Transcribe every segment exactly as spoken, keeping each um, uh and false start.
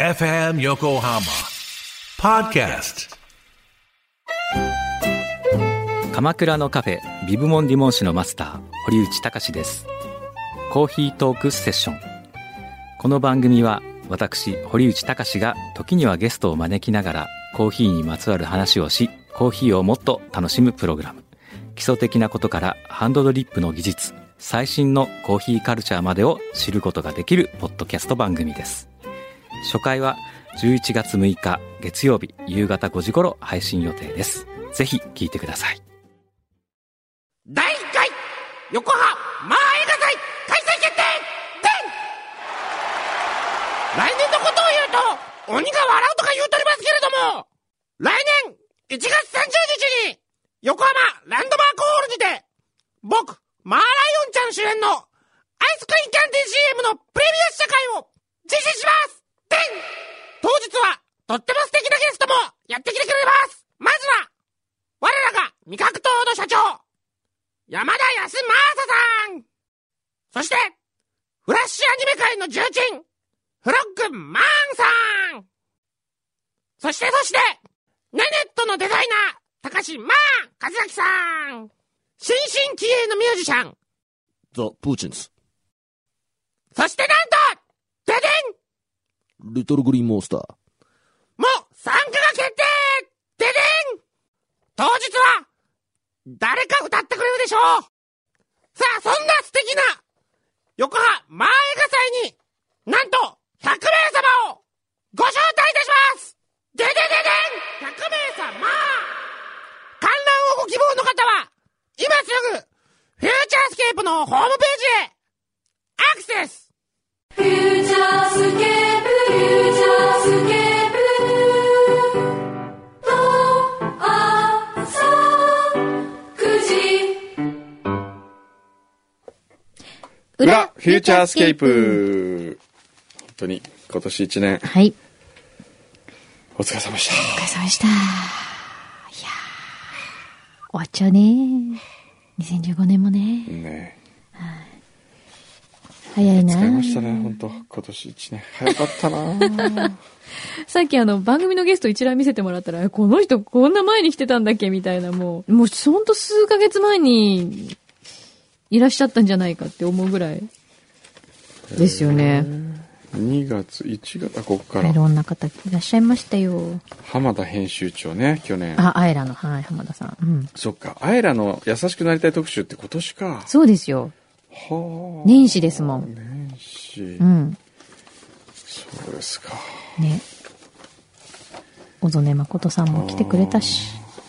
エフエム 横浜ポッドキャスト。 鎌倉のカフェビブモンディモン市のマスター堀内隆です。コーヒートークセッション。この番組は私堀内隆が時にはゲストを招きながらコーヒーにまつわる話をし、コーヒーをもっと楽しむプログラム。基礎的なことからハンドドリップの技術、最新のコーヒーカルチャーまでを知ることができるポッドキャスト番組です。初回はじゅういちがつむいか月曜日夕方ごじ頃配信予定です。ぜひ聞いてください。 だいいっかい横浜マー映画祭開催決定でん。来年のことを言うと鬼が笑うとか言うとりますけれども、来年いちがつさんじゅうにちに横浜ランドマークホールにて僕マーライオンちゃん主演のアイスクリーンキャンディー シーエム のプレミア試写会を実施しますでん。当日はとっても素敵なゲストもやってきてくれます。まずは我らが味覚糖の社長山田康正さん、そしてフラッシュアニメ界の重鎮フロッグマンさん、そしてそしてネネットのデザイナー高橋マン和明さん、新進気鋭のミュージシャンザ・プーチンズ、 そしてなんとデデンリトルグリーンモンスターもう参加が決定デデン。当日は誰か歌ってくれるでしょう。さあ、そんな素敵な横浜マー映画祭になんとひゃくめいさまをご招待いたします。デデデデンひゃくめいさま、観覧をご希望の方は今すぐフューチャースケープのホームページへアクセス。 フューチャースケープ、フューチャースケープと朝くじ裏フューチャースケープ。本当に今年いちねん、 はい、 お疲れ様でした。 お疲れ様でした。いや終わっちゃうね。にせんじゅうごねんもね。 ね早いな。 疲れましたね、本当今年いちねん早かったな。 さっきあの番組のゲスト一覧見せてもらったら、この人こんな前に来てたんだっけみたいな、もうもうほんと数ヶ月前にいらっしゃったんじゃないかって思うぐらいですよね。 にがついちがつ、ここからいろんな方いらっしゃいましたよ。 浜田編集長ね、去年。 あ、アエラの、はい、浜田さん、うん、 そっか、アエラの優しくなりたい特集って今年か。 そうですよ。 はあ、 年始ですもん。 年始、 うん、 そうですかね。小曽根誠さんも来てくれたし、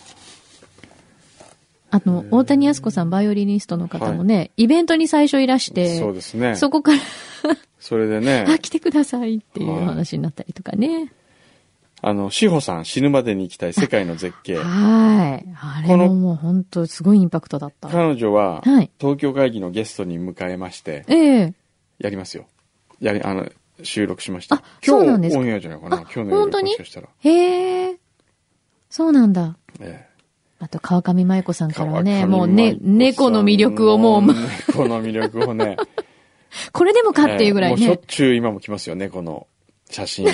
あの大谷靖子さんバイオリニストの方もね、はい、イベントに最初いらして、 そうですね、 そこからそれでねあ来てくださいっていう話になったりとかね。 あの志保さん、死ぬまでに行きたい世界の絶景。 はい、あれももう本当すごいインパクトだった。 彼女は、はい、東京会議のゲストに迎えまして、ええ、やりますよ。やりあの収録しました。 あ、今日オンエアじゃないかな。今日の夜本当にもしかしたら。 へえ、そうなんだ。 ええ、 あと川上麻衣子さんからはね、もうね猫の魅力をもう猫の魅力をねこれでもかっていうぐらいね、 えー、もうしょっちゅう今も来ますよ、猫の写真。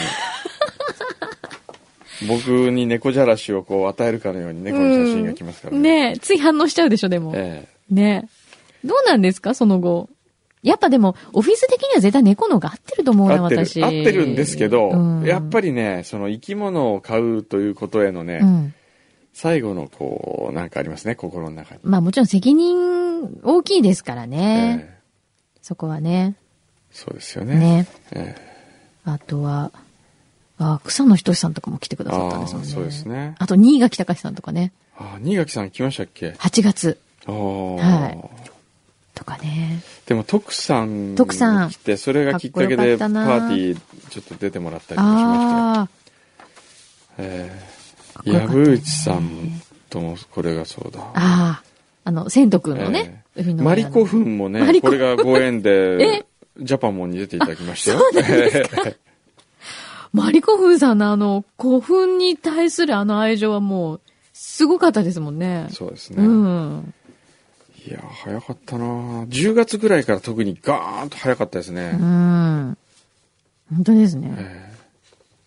僕に猫じゃらしをこう与えるかのように猫の写真が来ますからね。うん、 ねえ、つい反応しちゃうでしょ、でも。ええ、ねえ。どうなんですか、その後。やっぱでも、オフィス的には絶対猫の方が合ってると思うな、 合ってる私。 合ってるんですけど、 うん、 やっぱりね、その生き物を飼うということへのね、うん、最後のこう、なんかありますね、心の中に。 まあもちろん責任大きいですからね。ええ、そこはね。 そうですよね。 ね。 ええ、 あとは、あ、草野仁さんとかも来てくださったんですもんね。 そうですね。 あと、新垣隆さんとかね。 あ、新垣さん来ましたっけ？ はちがつ。 はい。 とかね。 でも、徳さん徳さん来て、それがきっかけでパーティーちょっと出てもらったりもしましたよ。えー、藪内さんともこれがそうだ。 ああ、あの、千斗くんのね。 えー、マリコフンもね、これがご縁で、ジャパンモンに出ていただきましたよ。 そうなんですか。マリコフンさんのあの、古墳に対するあの愛情はもう、すごかったですもんね。 そうですね。 うん。 いや、早かったな。じゅうがつぐらいから特にガーンと早かったですね。 うん。本当ですね。 え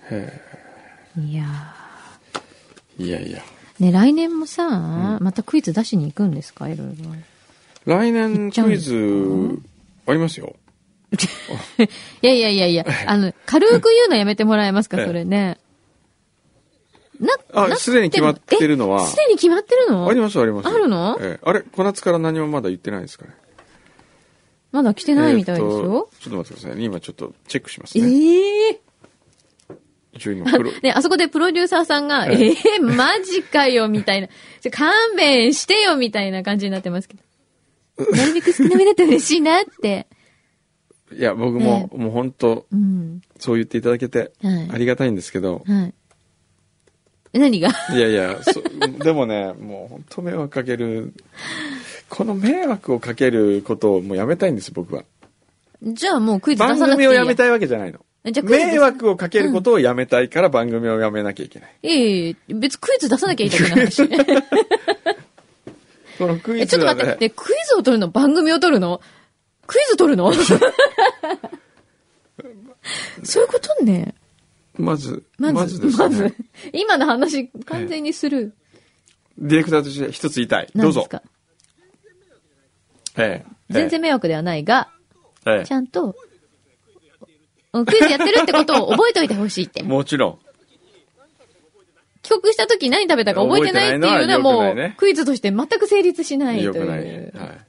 へいやいやいや。 ー。ね、来年もさ、 うんまたクイズ出しに行くんですかいろいろ。 来年クイズありますよ。 いやいやいやいや、あの、軽く言うのやめてもらえますか、 ええそれね。な、 あ、 なすでに決まってるのは。 えすでに決まってるのありますあります。 あるのええ、あれ小夏から何もまだ言ってないですかね。 まだ来てないみたいですえーっよと。ちょっと待ってくださいね。今ちょっとチェックしますえね。 え一応今プロ、 ー。ね、あそこでプロデューサーさんが、 ええええー、マジかよ、みたいな。ちょ勘弁してよ、みたいな感じになってますけど。なるべく少なめだったら嬉しいなって。 いや、僕も、もう本当、 うん。 そう言っていただけて、 はいありがたいんですけど、 はい。え何がいやいや、そでもね、もう本当迷惑かける、この迷惑をかけることをもうやめたいんです、僕は。 じゃあもうクイズ出さ番なくていいや。 組をやめたいわけじゃないの。 じゃあクイズ迷惑をかけることをやめたいから番組をやめなきゃいけない。 ええ別にクイズ出さなきゃいいだけの話。 このクイえ、ちょっとズはね、 待って、で、クイズを取るの番組を取るのクイズ取るのそういうことね。 まず、 まず、 まずですね、 まず、今の話完全にする。 ディレクターとして一つ言いたい。どうぞ。 何ですかええ、 全然迷惑ではないが、 ええちゃんと、うんクイズやってるってことを覚えておいてほしいって。 もちろん。 帰国した時何食べたか覚えてないっていうのは覚えてないのもう、 は良くないねクイズとして全く成立しないという。 よくない。はい。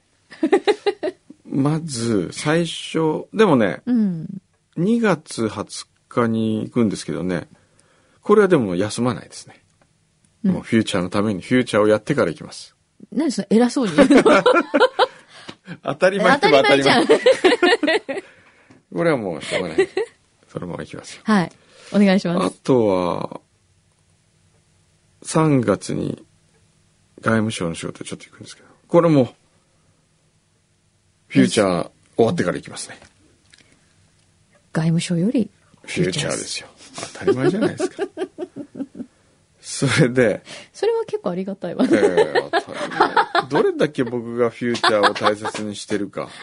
まず、最初、でもね、 うん。 にがつはつかに行くんですけどね、これはでも休まないですね。 うんもうフューチャーのためにフューチャーをやってから行きます。 何その偉そうに言うの当たり前当たり前じゃん。 これはもうしょうがない。そのまま行きますよ。 はい。お願いしまあす。 とは、さんがつに外務省の仕事ちょっと行くんですけど、これも、フューチャー終わってから行きますね。 外務省より。 フューチャーですよ。当たり前じゃないですか。それで、 それは結構ありがたいわえ。ー当たり前どれだけ僕がフューチャーを大切にしてるか。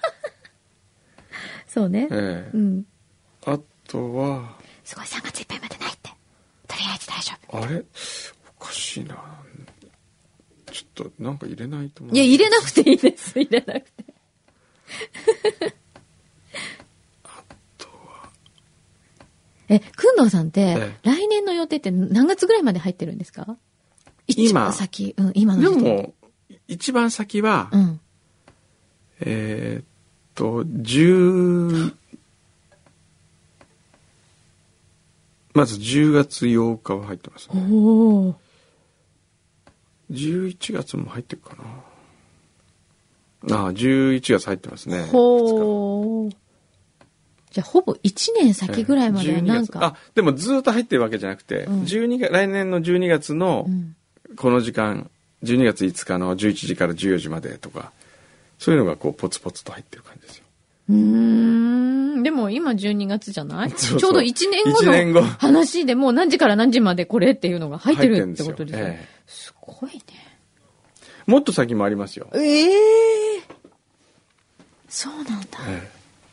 そうね。 えーうん。 あとは、 すごいさんがついっぱいまでないって。とりあえず大丈夫。 あれおかしいな。ちょっとなんか入れないと思う。 いや、入れなくていいです。入れなくて。え、くんどうさんって、 ええ来年の予定って何月ぐらいまで入ってるんですか一番先。うん、今ので時点。 も、一番先は、 うん。 えーっと、10、まずじゅうがつようかは入ってますおね。 お。 じゅういちがつも入ってるかな。ああ、じゅういちがつ入ってますね。 ほー。じゃあ、ほぼいちねん先ぐらいまではなんじゅうにがつあか。、 でもずっと入ってるわけじゃなくて、 うんじゅうにが来年のじゅうにがつのうん。 この時間、じゅうにがついつかのじゅういちじからじゅうよじまでとか、そういうのがこうポツポツと入ってる感じですよ。 うーん。でも今じゅうにがつじゃないそうそうちょうどいちねんご一年後の話でもう何時から何時までこれっていうのが入ってるってことですよ。 ええすごいね。 もっと先もありますよ。 ええそうなんだ。 ええ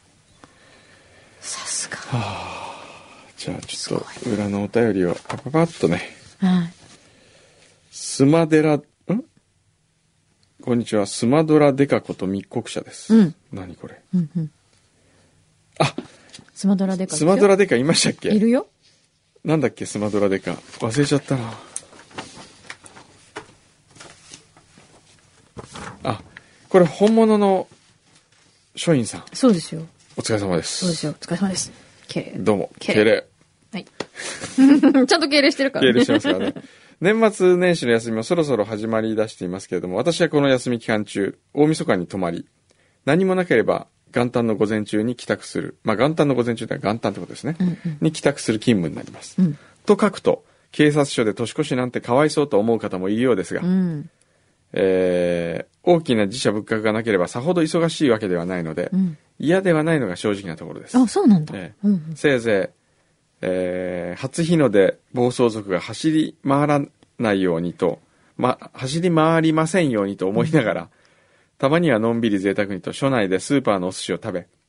さすが。 じゃあちょっと裏のお便りをパパパッとね。 はい。 スマデラ、んこんにちは。スマドラデカこと密告者です。 うん。 何これ。 うんうん。 あ、 スマドラデカですスよマドラデカいましたっけ？ いるよ。 なんだっけスマドラデカ。忘れちゃったな。あ、これ本物の書院さん。 そうですよ。 お疲れ様です。 そうですよ。お疲れ様です。敬礼。 どうも。 敬礼敬礼。 はい。ちゃんと敬礼してるから敬礼してますからね。年末年始の休みもそろそろ始まり出していますけれども、私はこの休み期間中、大晦日に泊まり、何もなければ元旦の午前中に帰宅する。まあ元旦の午前中では元旦ってことですね。 うんうんに帰宅する勤務になります。 うんと書くと、警察署で年越しなんてかわいそうと思う方もいるようですが、 うん。 えー大きな自社仏閣がなければさほど忙しいわけではないので、 うん。 嫌ではないのが正直なところです。 あ、そうなんだ。 ええうんうん。 せいぜい、えー初日の出暴走族が走り回らないようにと、ま、走り回りませんようにと思いながら、たまにはのんびり贅沢にと署内でスーパーのお寿司を食べ、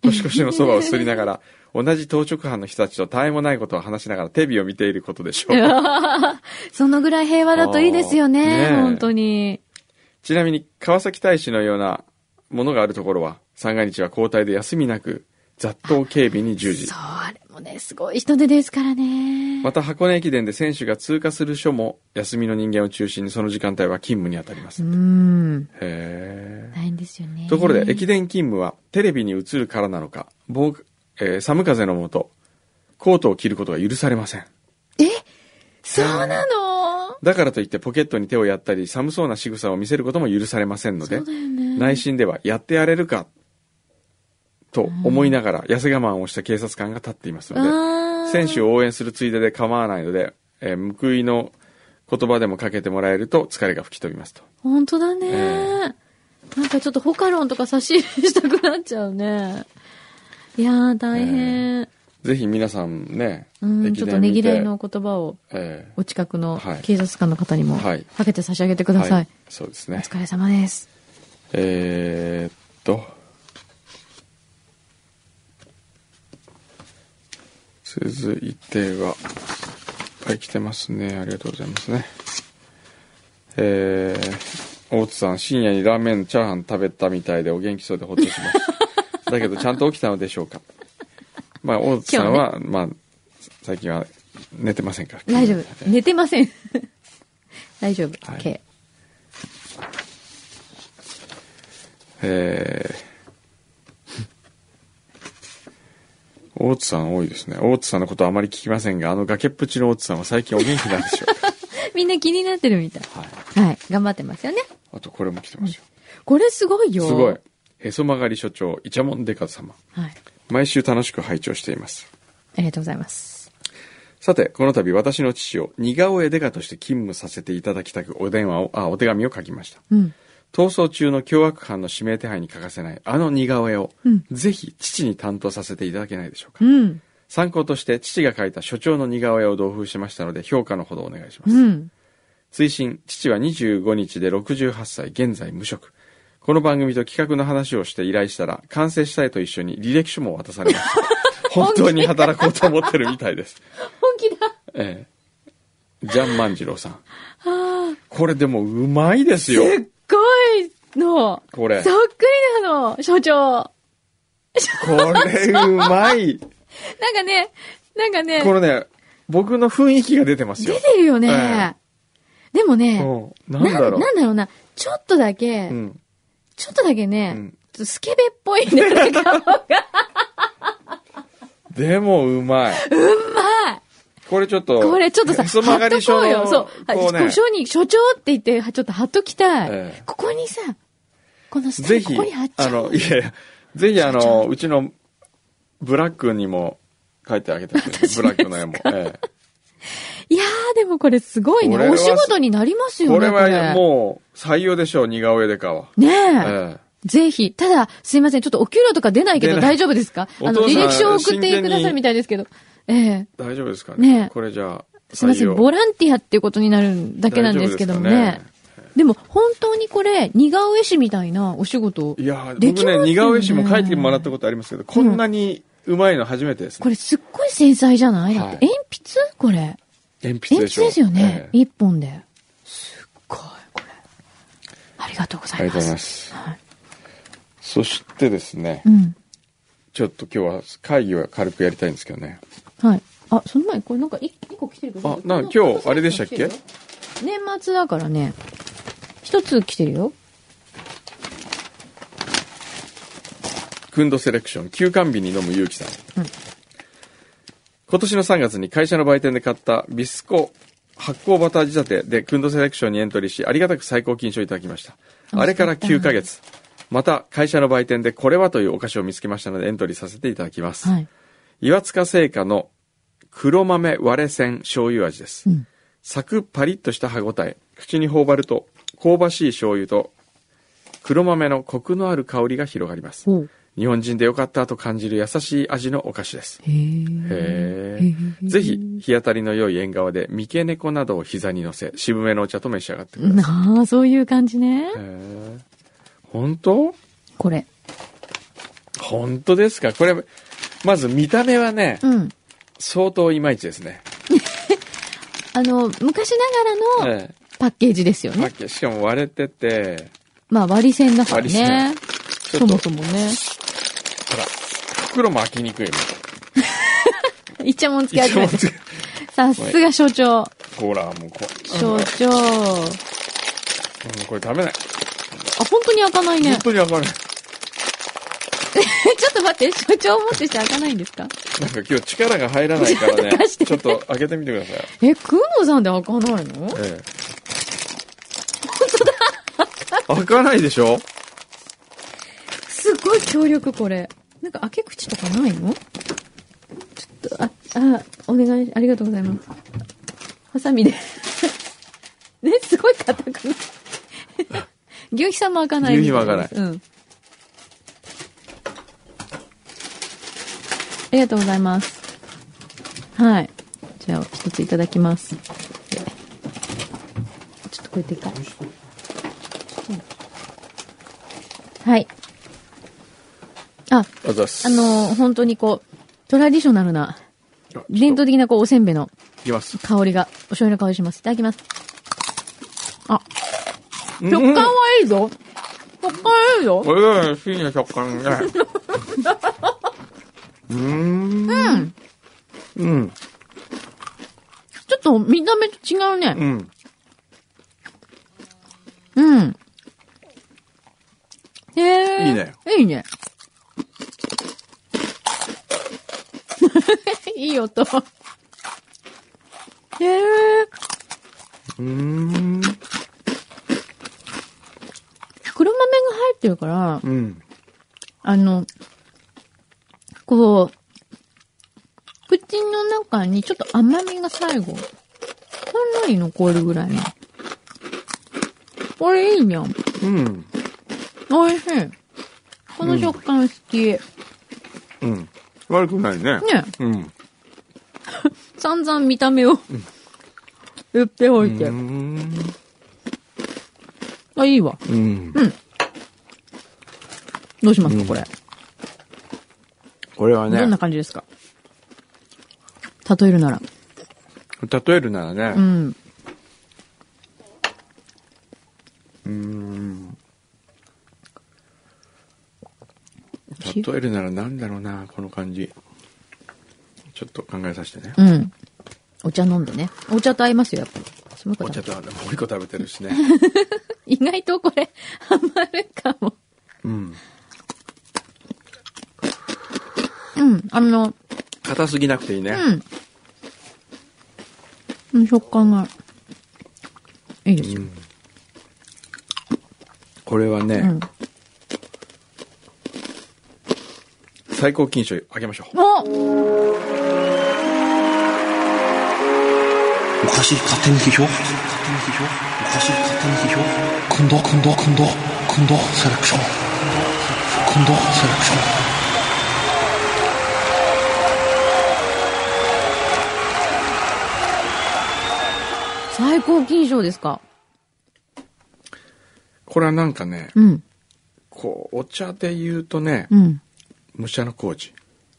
年越しのそばをすりながら、同じ当直班の人たちと絶えもないことを話しながらテレビを見ていることでしょう。 そのぐらい平和だといいですよね。 ねえ本当に。 ちなみに川崎大使のようなものがあるところは、三が日は交代で休みなく雑踏警備に従事。 そう、あれもね、すごい人手ですからね。 また箱根駅伝で選手が通過する所も休みの人間を中心にその時間帯は勤務に当たります。 うーん。 へー。 大変ですよね。 ところで駅伝勤務はテレビに映るからなのか、防えー寒風のもとコートを着ることが許されません。 えそうなの？ だからといってポケットに手をやったり寒そうな仕草を見せることも許されませんので、 そうだよね。 内心ではやってやれるかと思いながら痩せ我慢をした警察官が立っていますので、 あー選手を応援するついでで構わないので、えー報いの言葉でもかけてもらえると疲れが吹き飛びますと。 本当だね、 ええなんかちょっとホカロンとか差し入れしたくなっちゃうね。いやー大変。 ぜひ皆さんね、 うん、 駅ちょっとね伝見てぎらいの言葉をえお近くのはい警察官の方にもはいかけて差し上げてくーださい。 はい、そうですね。 お疲れ様です。 えー、っと続いては、いっぱい来てますね。ありがとうございますね。えー、大津さん、深夜にラーメン、チャーハン食べたみたいでお元気そうでほっとします。だけど、ちゃんと起きたのでしょうか。まあ、大津さんは、まあ、最近は寝てませんから。 大丈夫。寝てません。大丈夫。 はい OK。 えー、大津さん多いですね。大津さんのことはあまり聞きませんが、あの崖っぷちの大津さんは最近お元気なんでしょうか。 みんな気になってるみたい。 はい。 はい。頑張ってますよね。 あとこれも来てますよ。 これすごいよ。 すごい。へそ曲がり所長、イチャモンデカ様。 はい。 毎週楽しく拝聴しています。 ありがとうございます。 さて、この度私の父を似顔絵デカとして勤務させていただきたくお電話を、あ、お手紙を書きました。 うん。 逃走中の凶悪犯の指名手配に欠かせないあの似顔絵を、 うんぜひ父に担当させていただけないでしょうか。 うん。 参考として父が描いた所長の似顔絵を同封しましたので評価のほどお願いします。 うん。 追伸、父はにじゅうごにちでろくじゅうはっさい、現在無職。この番組と企画の話をして依頼したら、完成した絵と一緒に履歴書も渡されました。本当に働こうと思ってるみたいです。 本気だ。 ええ。ジャン万次郎さん。 あこれでもうまいですよ。 すっごいの。 これ。 そっくりなの、所長。 これうまい。 なんかね、なんかね、 これね、僕の雰囲気が出てますよ。 出てるよね。 えでもね、 うんなんだろう。 なんだろうな、ちょっとだけ、 うん。 ちょっとだけね、 うんちょっとスケベっぽいね、なんか顔が。 でもうまい。 うまい。 これちょっと。 これちょっとさ、 へそ曲がり書の貼っとこうよ。そう。 こうね。 書に、所長って言って、ちょっと貼っときたい。 ええここにさ、このスタぜひイルここに貼っ、ちゃあの、 う。 いやいや、ぜひあの、うちのブラックにも書いてあげてほしいです。ブラックの絵も。えいやー、でもこれすごいね。 これはお仕事になりますよね。 えこれはう。 もう採用でしょう、似顔絵でかは。 ねえ。 ええぜひ。ただ、すいません。ちょっとお給料とか出ないけど出ない大丈夫ですか？あの、 お父さん履歴書を送ってください真剣にみたいですけど。ええ。 大丈夫ですかね。 ねえこれじゃあ、 すいません。 採用ボランティアっていうことになるだけなんですけどもね。でも、本当にこれ、似顔絵師みたいなお仕事。 いやできますよね僕ね、似顔絵師も書いてもらったことありますけど、こんなにうまいの初めてですね。 これすっごい繊細じゃない？だってはい鉛筆これ。 鉛筆鉛でしょ。 筆ですよね。 ええ一本で。すっごい、これ。ありがとうございます。 ありがとうございます。 はい。 そしてですねう、ん。 ちょっと今日は会議は軽くやりたいんですけどね。 はい。あ、その前にこれなんか一一個来てるけど。 あな今日あれでしたっけ？ 年末だからね。一つ来てるよ。 クンドセレクション休館日に飲む勇気さん、 うん今年のさんがつに会社の売店で買ったビスコ発酵バター仕立てでクンドセレクションにエントリーしありがたく最高金賞いただきました。あれからきゅうかげつまた会社の売店でこれはというお菓子を見つけましたのでエントリーさせていただきます、 はい。 岩塚製菓の黒豆割れせん醤油味です、 うんサクッパリッとした歯ごたえ口に頬張ると香ばしい醤油と黒豆のコクのある香りが広がります。 ほう。 日本人でよかったと感じる優しい味のお菓子です。 へーへーぜひ日当たりの良い縁側で三毛猫などを膝に乗せ渋めのお茶と召し上がってください。 なあ、そういう感じね。 へー本当？ これ。 本当ですか？これ、まず見た目はね、 うん。 相当いまいちですね。 あの、昔ながらのええパッケージですよね。 パッケージしかも割れてて、 まあ割り線だから割りね。 ちょっとそもそもね。 ほら、袋も開きにくいもん。 いちゃもんつけ始めて。 一応さすが所長。 ほら、もうこ所長。あ、 うん、これダメない。 本当に開かないね本。当に開かない。 ちょっと待って、所長持ってして開かないんですか？ なんか今日力が入らないからね。 貸してちょっと開けてみてください。 え、くんのさんで開かないの？ ええ。開かないでしょ？ すごい強力これ。なんか開け口とかないの？ちょっと、あ、あ、お願い、ありがとうございます。ハサミで。ね、すごい硬くない牛皮さんも開かないみたいです。 牛皮も開かないうん。ありがとうございます。はい。じゃあ、一ついただきます。ちょっとこれでかい。はい。あ、 あざっす。 あのー、本当にこう、トラディショナルな、伝統的なこう、おせんべいのいきます。 香りが、お醤油の香りします。いただきます。あ、食感はいいぞ。食感はいいぞ。 これがね、不思議な食感ね。うーん。 うん。 うん。 ちょっと見た目と違うね。 うん。 うん。へえ。 いいね。 いいね。いい音。へえ。 うーん。 黒豆が入ってるから、 うん。 あの、こう、口の中にちょっと甘みが最後、ほんのり残るぐらいの。これいいね。 うん。 おいしい。この食感好き。ね。 うん。悪くないね。うん。 散々見た目を、売っておいて。 うーん。 あ、いいわ。 うん。 どうしますか、これ。 これはねどんな、感じですか？例えるなら。 例えるならね、 うん。 うーん。例えるならなんだろうな、この感じ。ちょっと考えさせてね。 うん。お茶飲んでね。お茶と合いますよ、やっぱり。もう一個お茶ともう一個食べてるしね。 意外とこれ、ハマるかも。 うん。 うん。あの、 硬すぎなくていいね。 うん。食感が、いいですよ。 うん。これはね、 うん。 最高金賞あげましょう。 おおかしい勝手に批評勝手に批評おかしい勝手に批評くんどくんどくんどくんどセレクションくんどセレクション最高金賞ですか？ これはなんかね、 うん。 こう、お茶で言うとね、 うん。 武者の麹。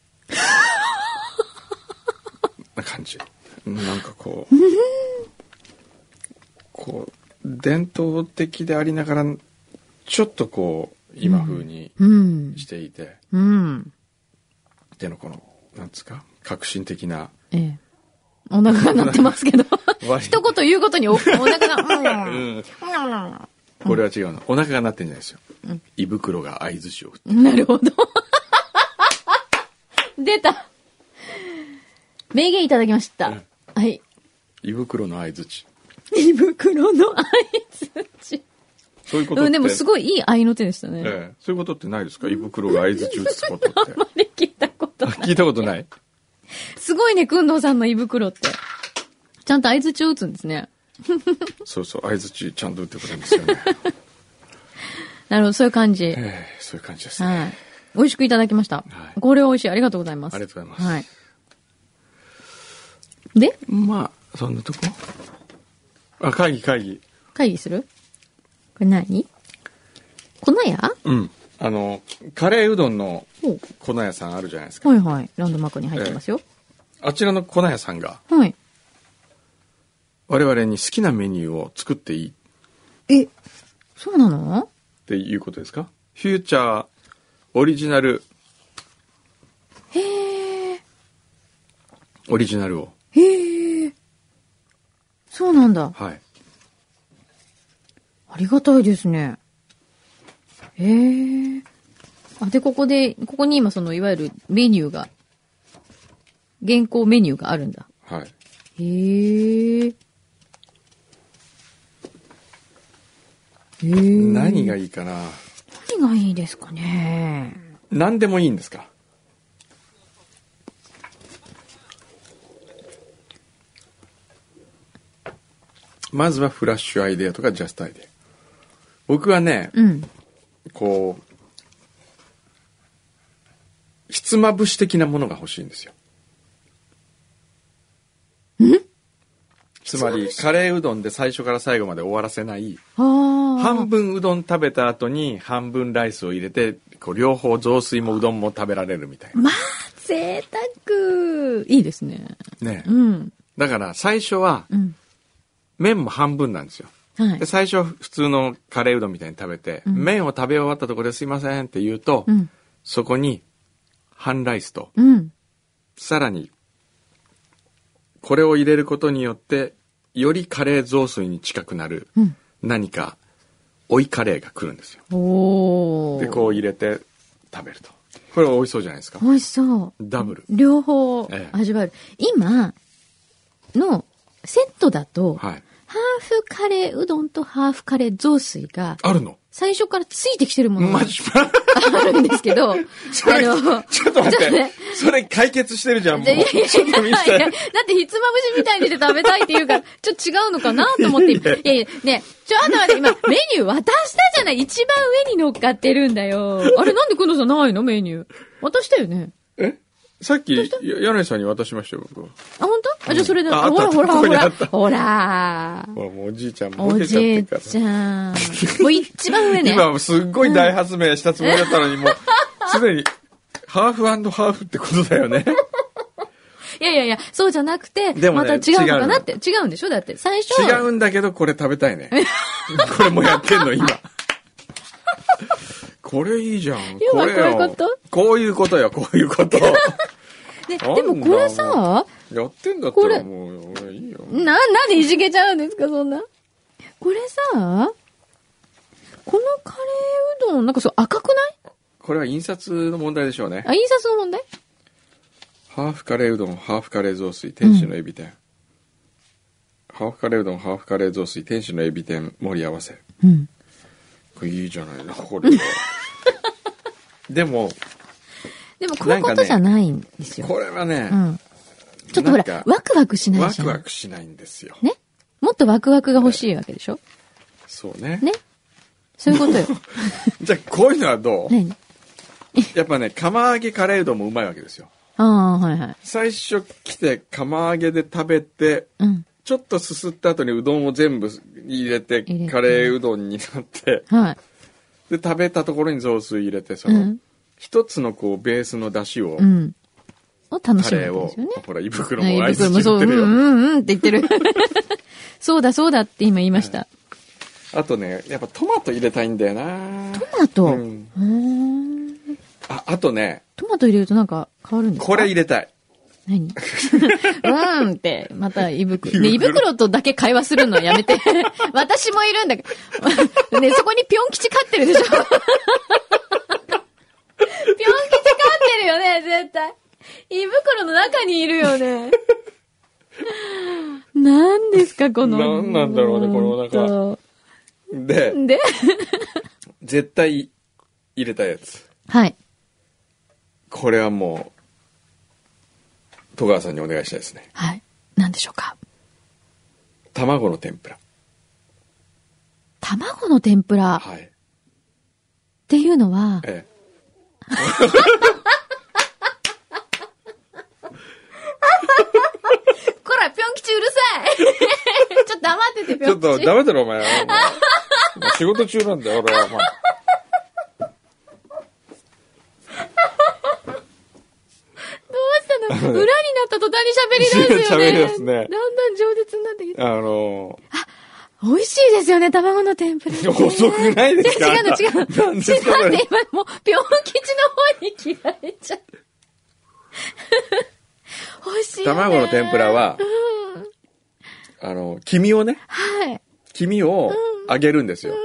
な感じ。なんかこう、こう、伝統的でありながら、ちょっとこう、今風にうん。 していて、 うん。 でのこの、なんつうか、革新的な、 ええ。お腹が鳴ってますけど。 割一言言うごとにおお腹が、 ううんん、これは違うの。お腹が鳴ってんじゃないですよ。胃袋が合図しを振って。 なるほど。出た。名言いただきました。 うんはい。 胃袋の合図値。 胃袋の合図値。 そういうことって。 うん、でもすごいいい合いの手でしたね。 ええ、そういうことってないですか？胃袋が合図値打つことって。 あまり聞いたことない。 聞いたことない。 すごいね、くんどうさんの胃袋って。ちゃんと合図値を打つんですね。 そうそう、合図値ちゃんと打ってくれるんですよね。 なるほど、そういう感じ。 ええ、そういう感じですね。 はい。美味しくいただきました。 はいこれ美味しい。ありがとうございます。 ありがとうございますはい。で、 まあ、そんなとこ。あ、会議会議。 会議するこれ何粉やうん。 あの、カレーうどんのほう粉屋さんあるじゃないですか。 はいはい。ランドマークに入ってますよ。 あちらの粉屋さんが、 はい。 我々に好きなメニューを作っていいっえ、そうなの？ ていうことですか？フューチャーオリジナル、 へえ。 オリジナルを。 へえ。そうなんだ。 はい。 ありがたいですね。へえ。あ、で、ここで、ここに今その、いわゆるメニューが、現行メニューがあるんだ。 はい。 へえ。へえ。 何がいいかな。 何がいいですかね。 何でもいいんですか？まずはフラッシュアイデアとかジャストアイデア。僕はね、 うん。 こう、ひつまぶし的なものが欲しいんですよ。つまり、カレーうどんで最初から最後まで終わらせない、 ああ。 半分うどん食べた後に半分ライスを入れて、こう両方雑炊もうどんも食べられるみたいな。 まあ、贅沢。いいですね。 ね。 うん。 だから最初はうん。 麺も半分なんですよ。 はいで。最初は普通のカレーうどんみたいに食べて、 うん麺を食べ終わったところですいませんって言うと、 うん。 そこに半ライスと、 うん。 さらにこれを入れることによってよりカレー雑炊に近くなるうん。 何か追いカレーが来るんですよ。 おー。 でこう入れて食べると、これは美味しそうじゃないですか。 美味しそう。 ダブル。 両方ええ味わえる。今のセットだと、 はい。 ハーフカレーうどんとハーフカレー雑炊があるの？ 最初からついてきてるものがマジあるんですけど、 それあのちょっと待って、 ねそれ解決してるじゃんもう。 いやいやいやちょっと見せていやだってひつまぶしみたいにして食べたいって言うから、ちょっと違うのかなと思って。いやいや、ね、ちょっと待って、今、メニュー渡したじゃない。一番上に乗っかってるんだよ。あれなんでくんのさんないのメニュー。渡したよね。 えさっきや柳井さんに渡しましたよ僕は。 あ、本当？あ、じゃあそれで、 ああったほらほらここほらにあった。 ほら。 ほらもうおじいちゃんもおボケちゃっじいてるから。 ちゃん。もう一番上ね。 今すっごい大発明したつもりだったのに、もうすでにハーフ&ハーフってことだよね。 いやいやいや、そうじゃなくて、 でもねまた違うのかなって。違うんでしょだって、最初。 違うんだけどこれ食べたいね。これもやってんの今。これいいじゃん。 要はこれよこういうこと？ こういうことよ、こういうこと。 ね、でもこれさ、 やってんだったこれらもう俺いいよ。 な、なんでいじけちゃうんですか、そんな。これさ、このカレーうどん、なんかそう赤くない？ これは印刷の問題でしょうね。 あ、印刷の問題？ ハーフカレーうどん、ハーフカレー雑炊、天使のエビ天。ハーフカレーうどん、ハーフカレー雑炊、天使のエビ天、盛り合わせ。 うん。 これいいじゃないの、これ。でも、 でもこういうことじゃないんですよ。 これはね、 うん。ちょっとほらなんか、 ワクワクしないワじゃん。 クワクしないんですよ。 ね？もっとワクワクが欲しいわけでしょ？ そうね。 ね？そういうことよ。 じゃあ、こういうのはどう？ 何？ やっぱね、釜揚げカレーうどんもうまいわけですよ。 ああ、はいはい。 最初来て釜揚げで食べて、 うん。 ちょっとすすった後にうどんを全部入れて入れてカレーうどんになって、 はい。 で食べたところに雑炊入れて、そうの、 ん。 一つのこうベースの出汁を、 うん。を楽しむカレーをわけですよね。 ほら胃袋はいもアイスもそう、うん言ってるよ、 うんうんって言ってる。そうだそうだって今言いました。 あとねやっぱトマト入れたいんだよな。 トマト。 ううんーん。 ああとねトマト入れるとなんか変わるんですか？ これ入れたい。 何うーんって、また胃袋。ね、胃袋とだけ会話するのやめて。私もいるんだけど。ね、そこにぴょん吉飼ってるでしょぴょん吉飼ってるよね、絶対。胃袋の中にいるよね。何ですか、この。 何なんだろうねこのなんかでで絶対入れたやつ。 はい。 これはもう戸川さんにお願いしたいですね。 はい。何でしょうか。 卵の天ぷら。 卵の天ぷらっはい。 ていうのは、 ええ。 こら、ぴょん吉うるさいちょっと黙ってて、ぴちょっょん吉。 とダメだろお前。お前仕事中なんだよ俺は。お前喋り出すよね。 喋り出すね。 だんだん饒舌になってきて。 あの美味しいですよね、卵の天ぷら、ね。 遅くないですか？ 違うの違うの。 何ですか違うね、今もう、ぴょん吉の方に切られちゃう。美味しいよね。 卵の天ぷらは、うん、あの、黄身をね、 はい。 黄身を揚げるんですよ。うん、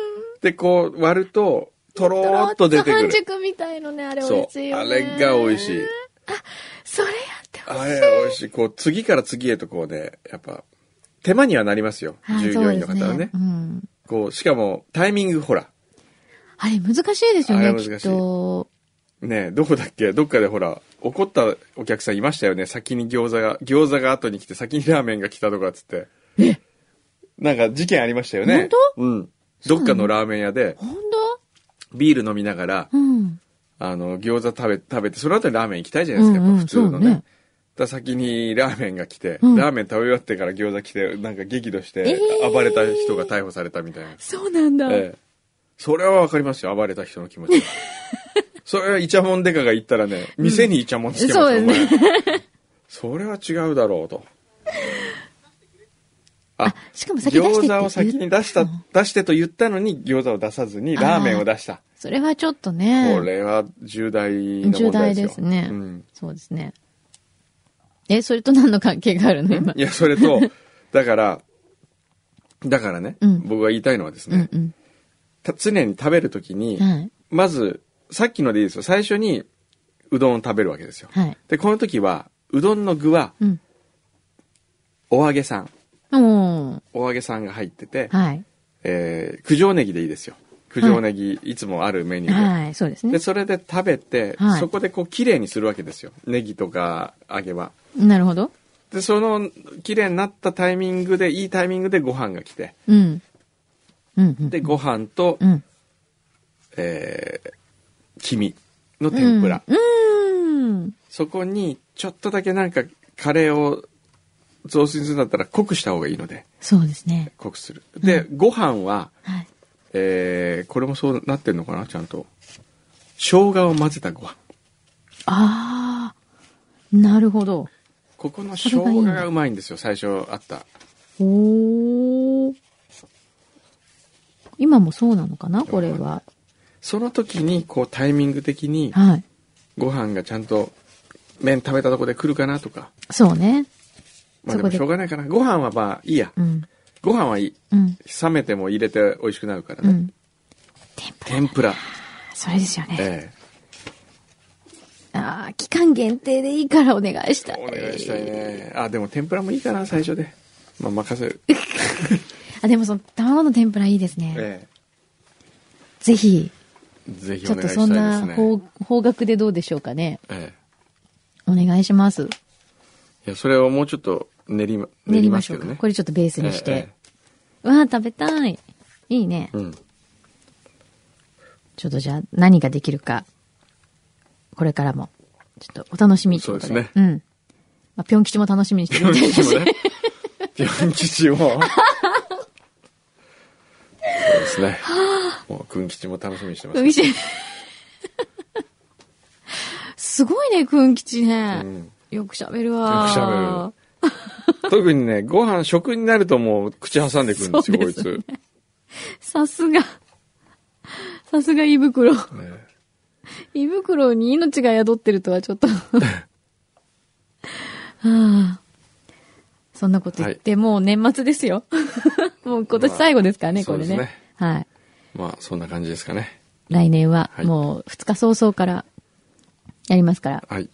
で、こう割ると、とろーっと出てくる。 半熟みたいのね、あれ美味しいよね。 そう。あれが美味しい。 あ、それやってほしい。 あれ美味しい。こう、次から次へとこうね、やっぱ、手間にはなりますよ。従業員の方はね。 ね、うん、 こう、しかも、タイミング、ほら。 あれ難しいですよね、 あれ難しい。 きっと。 ねえ、どこだっけ？どっかでほら、怒ったお客さんいましたよね。先に餃子が、餃子が後に来て、先にラーメンが来たとかっつって。 え？ なんか事件ありましたよね。 本当？ うん。どっかのラーメン屋で、 本当？ ビール飲みながら、 うん、 あの、餃子食べ、食べて、その後にラーメン行きたいじゃないですか、やっぱ普通のね。うんうんだ先にラーメンが来て、うん、ラーメン食べ終わってから餃子来て、なんか激怒して、暴れた人が逮捕されたみたいな。 えー、そうなんだ、 ええ。それはわかりますよ、暴れた人の気持ちは。それはイチャモンデカが言ったらね、店にイチャモンつけますよ、 うん、そうですね。 それは違うだろうと。 あ、しかも先出して餃子を先に出した、出してと言ったのに餃子を出さずにラーメンを出した。 それはちょっとね。 これは重大な問題ですよ。 重大ですね。 うん、 そうですね。え、それと何の関係があるの今。 いや、それと、だから、だからね、うん、僕が言いたいのはですね、うんうん、常に食べるときに、はい、まず、さっきのでいいですよ。最初にうどんを食べるわけですよ。はい、で、この時は、うどんの具は、うん、お揚げさん。お揚げさんが入ってて、はい、えー、九条ネギでいいですよ。九条ネギ、はい、いつもあるメニューで。 はい、そうですね。 で、それで食べて、はい、そこでこう、綺麗にするわけですよ。ネギとか揚げは。 なるほど。 で、その、綺麗になったタイミングで、いいタイミングでご飯が来て。 うん。うんうん、 で、ご飯と、うん、えー、黄身の天ぷら。 うん。うん、 そこに、ちょっとだけなんか、カレーを雑炊するんだったら濃くした方がいいので。 そうですね。 濃くする。で、うん、ご飯は、 はい、 えー、これもそうなってんのかなちゃんと。生姜を混ぜたご飯。 あー、なるほど。 ここの生姜がうまいんですよ、最初あった。 おー。今もそうなのかなこれは。 その時に、こうタイミング的に、 はい、 ご飯がちゃんと麺食べたとこで来るかなとか。 そうね。 まあでもしょうがないかな。ご飯はまあいいや。うん、ご飯はいい、うん。冷めても入れて美味しくなるからね。うん、 天ぷら。 天ぷら。 それですよね。 ええ。ああ、期間限定でいいからお願いしたい。 お願いしたいね。あ、でも天ぷらもいいかな、最初で。まあ任せる。 あ、でもその卵の天ぷらいいですね。 ええ。 ぜひ。 ぜひお願いしたいですね。ちょっとそんな方、方角でどうでしょうかね。 ええ。 お願いします。いや、それをもうちょっと練り、練りますけどね。 これちょっとベースにして。 ええ、わあ、食べたい。いいね。 うん。 ちょっとじゃあ何ができるか、これからも、ちょっとお楽しみってことで。 そうですね。 うん。まあ、ぴょん吉も楽しみにしてるみたいだし。 ぴょん吉も。そうですね。もう、くん吉も楽しみにしてます。くん吉。すごいね、くん吉ね。うん、よく喋るわ。 よく喋る。特にね、ご飯、食になるともう口挟んでくるんですよ、こいつ。 さすが。さすが胃袋。ね、胃袋に命が宿ってるとはちょっと。はあ、そんなこと言って、はい、もう年末ですよ。もう今年最後ですからね、まあ、これね。そうですね。はい。 まあ、そんな感じですかね。 来年はもうふつか早々からやりますから。 はい。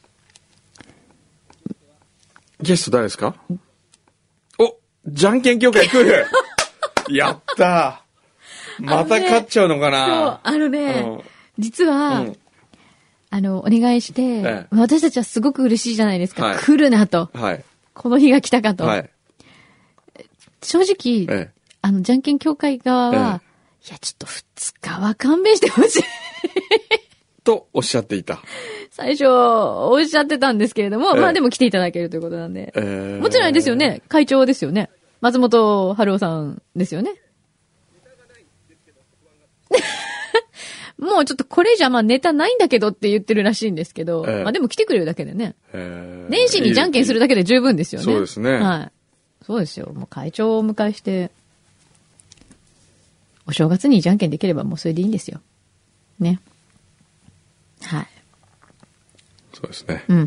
ゲスト誰ですか？お、じゃんけん協会来るやったー。また勝っちゃうのかな、 ね、そう、あのね、うん、実は、うん、あの、お願いして、ええ、私たちはすごく嬉しいじゃないですか。はい、来るなと、 はい。 この日が来たかと。 はい、 正直、ええ、あの、じゃんけん協会側は、ええ、いや、ちょっとふつかは勘弁してほしい。 とおっしゃっていた。 最初、おっしゃってたんですけれども、ええ、まあでも来ていただけるということなんで。 ええ、 もちろんあれですよね、会長ですよね。松本春夫さんですよね。 もうちょっとこれじゃまあネタないんだけどって言ってるらしいんですけど、 ええまあでも来てくれるだけでね。 えー年始にじゃんけんするだけで十分ですよね。 そうですね。 はい。そうですよ。もう会長をお迎えして、お正月にじゃんけんできればもうそれでいいんですよ。ね。はい。 そうですね。 うん。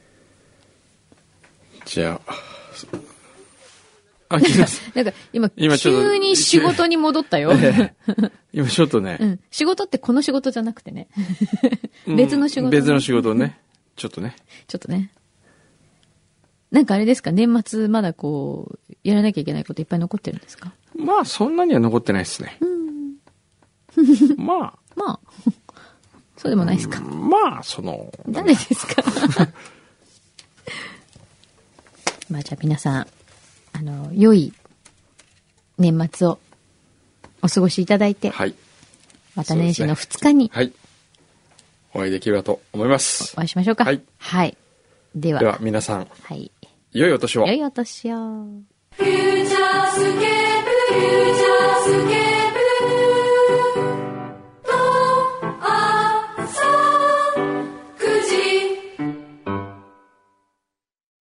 じゃあ、あ、木田さん。 なんか今、 今ちょっと急に仕事に戻ったよ。 今ちょっとね、 うん。仕事ってこの仕事じゃなくてね。別の仕事、ね、 別の仕事ね。ちょっとね。 ちょっとね。なんかあれですか、年末まだこう、やらなきゃいけないこといっぱい残ってるんですか？ まあ、そんなには残ってないですね。まあ。 まあ、そうでもないですか。 まあ、その。 誰ですかまあじゃあ皆さん、あの、良い年末をお過ごしいただいて、 はい。 また年始のふつかにはい。お会いできればと思います。 お会いしましょうか。 はい。 はい。では、 では、皆さん、 はい。 良いお年を。 良いお年を。 フューチャースケ